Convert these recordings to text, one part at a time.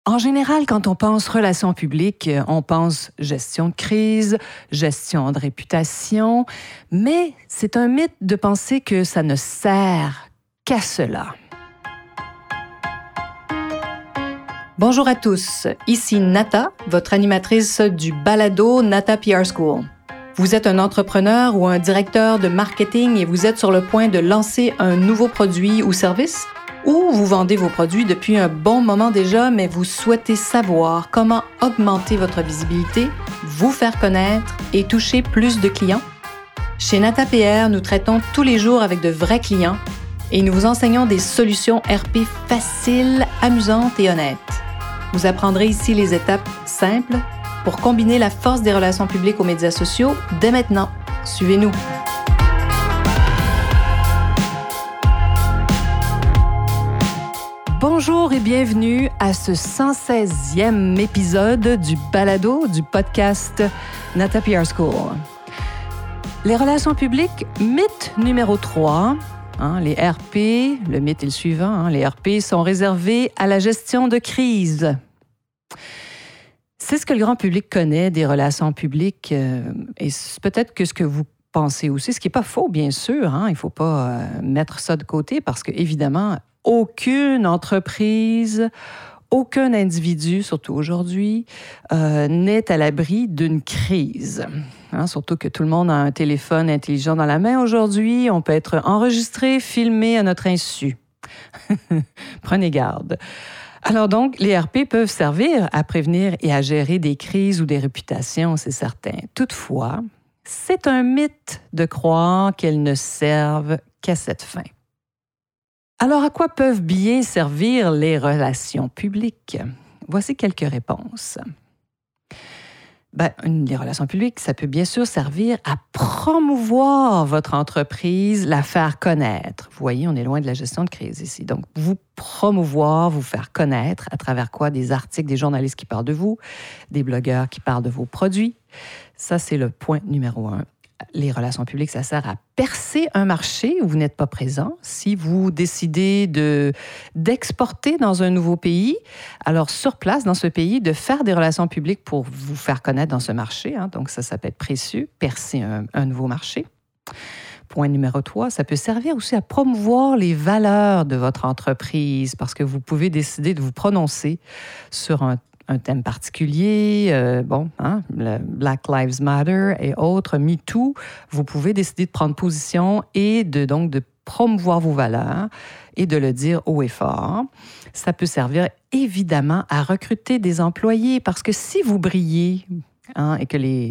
En général, quand on pense relations publiques, on pense gestion de crise, gestion de réputation, mais c'est un mythe de penser que ça ne sert qu'à cela. Bonjour à tous, ici Nata, votre animatrice du balado Nata PR School. Vous êtes un entrepreneur ou un directeur de marketing et vous êtes sur le point de lancer un nouveau produit ou service? Ou vous vendez vos produits depuis un bon moment déjà, mais vous souhaitez savoir comment augmenter votre visibilité, vous faire connaître et toucher plus de clients? Chez Nata PR, nous traitons tous les jours avec de vrais clients et nous vous enseignons des solutions RP faciles, amusantes et honnêtes. Vous apprendrez ici les étapes simples pour combiner la force des relations publiques aux médias sociaux dès maintenant. Suivez-nous. Bonjour et bienvenue à ce 116e épisode du balado du podcast Nata PR School. Les relations publiques, mythe numéro 3. Les RP, le mythe est le suivant, les RP sont réservés à la gestion de crise. C'est ce que le grand public connaît des relations publiques et c'est peut-être que ce que vous pensez aussi, ce qui n'est pas faux, bien sûr. Il ne faut pas mettre ça de côté parce que, évidemment, aucune entreprise, aucun individu, surtout aujourd'hui, n'est à l'abri d'une crise. Surtout que tout le monde a un téléphone intelligent dans la main aujourd'hui. On peut être enregistré, filmé à notre insu. Prenez garde. Alors donc, les RP peuvent servir à prévenir et à gérer des crises ou des réputations, c'est certain. Toutefois, c'est un mythe de croire qu'elles ne servent qu'à cette fin. Alors, à quoi peuvent bien servir les relations publiques? Voici quelques réponses. Les relations publiques, ça peut bien sûr servir à promouvoir votre entreprise, la faire connaître. Vous voyez, on est loin de la gestion de crise ici. Donc, vous promouvoir, vous faire connaître à travers quoi? Des articles, des journalistes qui parlent de vous, des blogueurs qui parlent de vos produits. Ça, c'est le point numéro 1. Les relations publiques, ça sert à percer un marché où vous n'êtes pas présent. Si vous décidez d'exporter dans un nouveau pays, alors sur place, dans ce pays, de faire des relations publiques pour vous faire connaître dans ce marché. Donc ça peut être précieux, percer un nouveau marché. Point numéro 3, ça peut servir aussi à promouvoir les valeurs de votre entreprise parce que vous pouvez décider de vous prononcer sur un thème particulier, le Black Lives Matter et autres, MeToo, vous pouvez décider de prendre position et de promouvoir vos valeurs et de le dire haut et fort. Ça peut servir évidemment à recruter des employés parce que si vous brillez et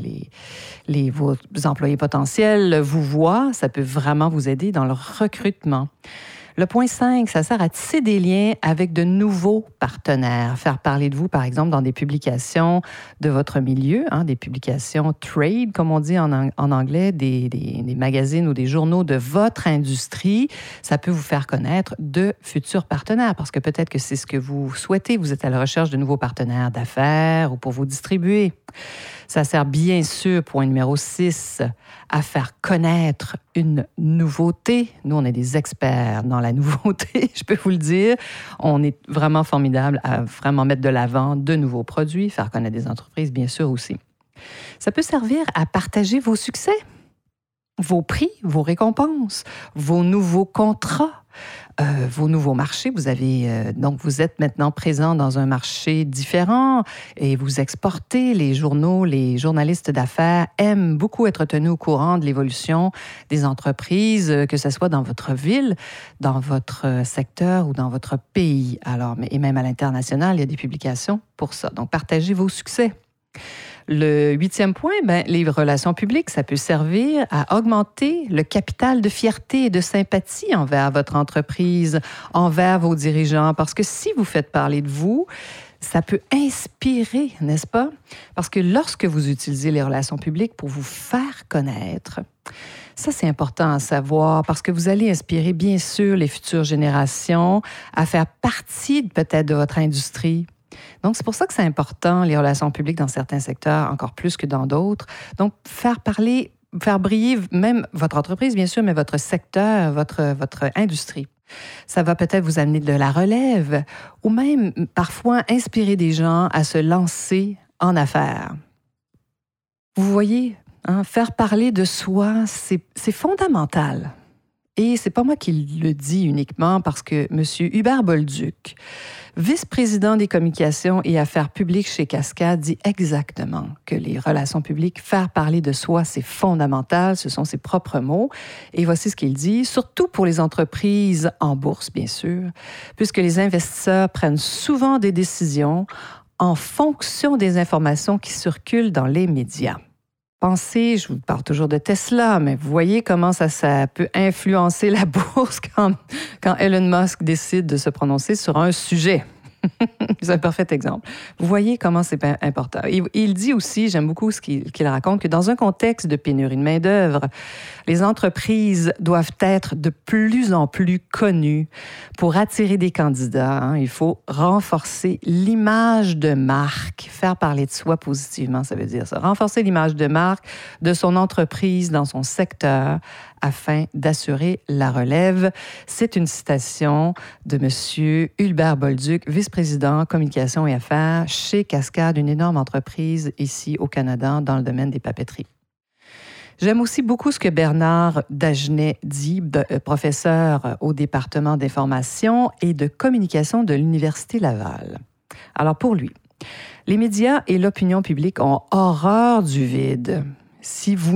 que vos employés potentiels vous voient, ça peut vraiment vous aider dans le recrutement. Le point 5, ça sert à tisser des liens avec de nouveaux partenaires, faire parler de vous, par exemple, dans des publications de votre milieu, des publications trade, comme on dit en anglais, des magazines ou des journaux de votre industrie. Ça peut vous faire connaître de futurs partenaires, parce que peut-être que c'est ce que vous souhaitez. Vous êtes à la recherche de nouveaux partenaires d'affaires ou pour vous distribuer. Ça sert bien sûr, point numéro 6, à faire connaître une nouveauté. Nous, on est des experts dans la nouveauté, je peux vous le dire. On est vraiment formidable à vraiment mettre de l'avant de nouveaux produits, faire connaître des entreprises, bien sûr aussi. Ça peut servir à partager vos succès, vos prix, vos récompenses, vos nouveaux contrats, vos nouveaux marchés. Vous êtes maintenant présent dans un marché différent et vous exportez. Les journaux, les journalistes d'affaires aiment beaucoup être tenus au courant de l'évolution des entreprises, que ce soit dans votre ville, dans votre secteur ou dans votre pays. Et même à l'international, il y a des publications pour ça. Donc, partagez vos succès. Le 8e point, les relations publiques, ça peut servir à augmenter le capital de fierté et de sympathie envers votre entreprise, envers vos dirigeants. Parce que si vous faites parler de vous, ça peut inspirer, n'est-ce pas? Parce que lorsque vous utilisez les relations publiques pour vous faire connaître, ça, c'est important à savoir parce que vous allez inspirer, bien sûr, les futures générations à faire partie peut-être de votre industrie. Donc, c'est pour ça que c'est important, les relations publiques dans certains secteurs, encore plus que dans d'autres. Donc, faire briller même votre entreprise, bien sûr, mais votre secteur, votre industrie. Ça va peut-être vous amener de la relève ou même parfois inspirer des gens à se lancer en affaires. Vous voyez, faire parler de soi, c'est fondamental. Et c'est pas moi qui le dis uniquement parce que M. Hubert Bolduc, vice-président des communications et affaires publiques chez Cascade, dit exactement que les relations publiques, faire parler de soi, c'est fondamental, ce sont ses propres mots. Et voici ce qu'il dit, surtout pour les entreprises en bourse, bien sûr, puisque les investisseurs prennent souvent des décisions en fonction des informations qui circulent dans les médias. Pensez, je vous parle toujours de Tesla, mais vous voyez comment ça peut influencer la bourse quand Elon Musk décide de se prononcer sur un sujet. C'est un parfait exemple. Vous voyez comment c'est important. Il dit aussi, j'aime beaucoup ce qu'il raconte, que dans un contexte de pénurie de main-d'œuvre, les entreprises doivent être de plus en plus connues pour attirer des candidats. Il faut renforcer l'image de marque, faire parler de soi positivement, ça veut dire ça. Renforcer l'image de marque de son entreprise dans son secteur afin d'assurer la relève. C'est une citation de M. Hubert Bolduc, vice-président communication et affaires chez Cascade, une énorme entreprise ici au Canada dans le domaine des papeteries. J'aime aussi beaucoup ce que Bernard Dagenet dit, professeur au département d'information et de communication de l'Université Laval. Alors pour lui, les médias et l'opinion publique ont horreur du vide. Si vous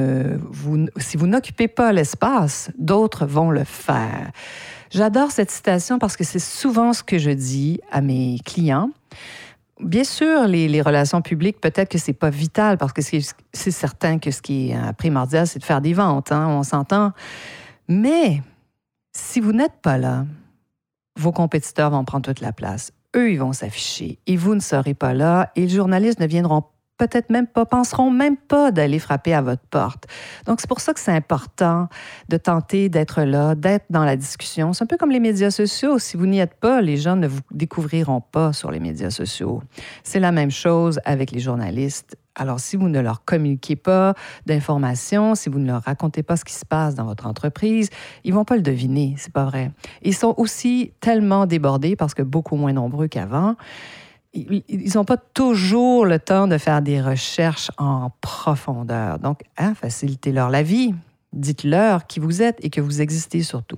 n'occupez pas l'espace, d'autres vont le faire. J'adore cette citation parce que c'est souvent ce que je dis à mes clients. Bien sûr, les relations publiques, peut-être que c'est pas vital parce que c'est certain que ce qui est primordial, c'est de faire des ventes, on s'entend. Mais si vous n'êtes pas là, vos compétiteurs vont prendre toute la place. Eux, ils vont s'afficher et vous ne serez pas là et les journalistes ne viendront peut-être même pas, penseront même pas d'aller frapper à votre porte. Donc, c'est pour ça que c'est important de tenter d'être là, d'être dans la discussion. C'est un peu comme les médias sociaux. Si vous n'y êtes pas, les gens ne vous découvriront pas sur les médias sociaux. C'est la même chose avec les journalistes. Alors, si vous ne leur communiquez pas d'informations, si vous ne leur racontez pas ce qui se passe dans votre entreprise, ils vont pas le deviner, c'est pas vrai. Ils sont aussi tellement débordés parce que beaucoup moins nombreux qu'avant. Ils n'ont pas toujours le temps de faire des recherches en profondeur. Donc, facilitez-leur la vie. Dites-leur qui vous êtes et que vous existez surtout.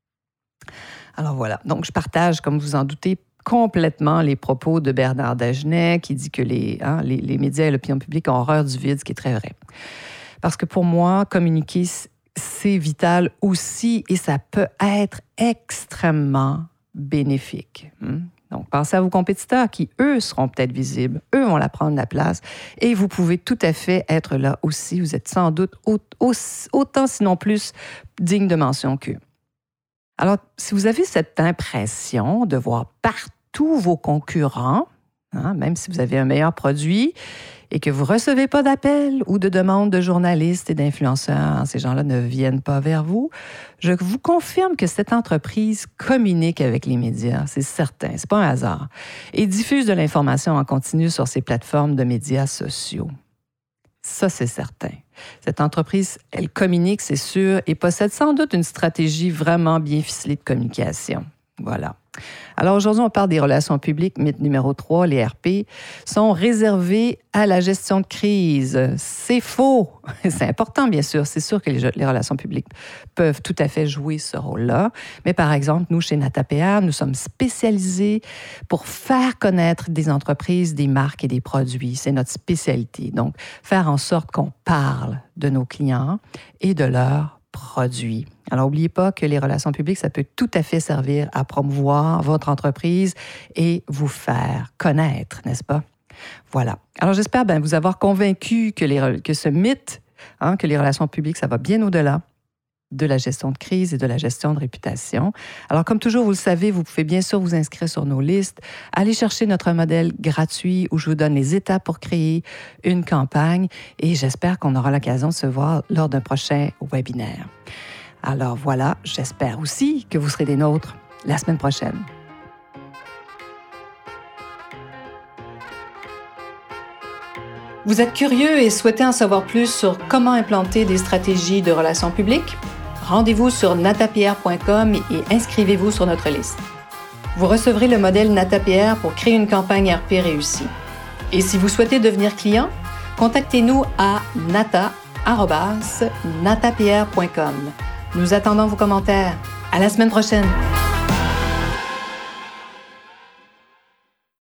Alors voilà. Donc, je partage, comme vous en doutez, complètement les propos de Bernard Dagenet qui dit que les médias et l'opinion publique ont horreur du vide, ce qui est très vrai. Parce que pour moi, communiquer, c'est vital aussi et ça peut être extrêmement bénéfique. Donc, pensez à vos compétiteurs qui, eux, seront peut-être visibles. Eux vont la prendre la place. Et vous pouvez tout à fait être là aussi. Vous êtes sans doute autant, sinon plus, digne de mention qu'eux. Alors, si vous avez cette impression de voir partout vos concurrents, même si vous avez un meilleur produit et que vous ne recevez pas d'appels ou de demandes de journalistes et d'influenceurs, ces gens-là ne viennent pas vers vous, je vous confirme que cette entreprise communique avec les médias, c'est certain, c'est pas un hasard, et diffuse de l'information en continu sur ses plateformes de médias sociaux. Ça, c'est certain. Cette entreprise, elle communique, c'est sûr, et possède sans doute une stratégie vraiment bien ficelée de communication. Voilà. Alors aujourd'hui, on parle des relations publiques. Mythe numéro 3, les RP, sont réservés à la gestion de crise. C'est faux. C'est important, bien sûr. C'est sûr que les relations publiques peuvent tout à fait jouer ce rôle-là. Mais par exemple, nous, chez NataPR, nous sommes spécialisés pour faire connaître des entreprises, des marques et des produits. C'est notre spécialité. Donc, faire en sorte qu'on parle de nos clients et de leurs produits. Alors, n'oubliez pas que les relations publiques, ça peut tout à fait servir à promouvoir votre entreprise et vous faire connaître, n'est-ce pas? Voilà. Alors, j'espère vous avoir convaincu que ce mythe, que les relations publiques, ça va bien au-delà de la gestion de crise et de la gestion de réputation. Alors, comme toujours, vous le savez, vous pouvez bien sûr vous inscrire sur nos listes, aller chercher notre modèle gratuit où je vous donne les étapes pour créer une campagne et j'espère qu'on aura l'occasion de se voir lors d'un prochain webinaire. Alors voilà, j'espère aussi que vous serez des nôtres la semaine prochaine. Vous êtes curieux et souhaitez en savoir plus sur comment implanter des stratégies de relations publiques? Rendez-vous sur natapierre.com et inscrivez-vous sur notre liste. Vous recevrez le modèle NataPR pour créer une campagne RP réussie. Et si vous souhaitez devenir client, contactez-nous à nata@natapierre.com. Nous attendons vos commentaires. À la semaine prochaine!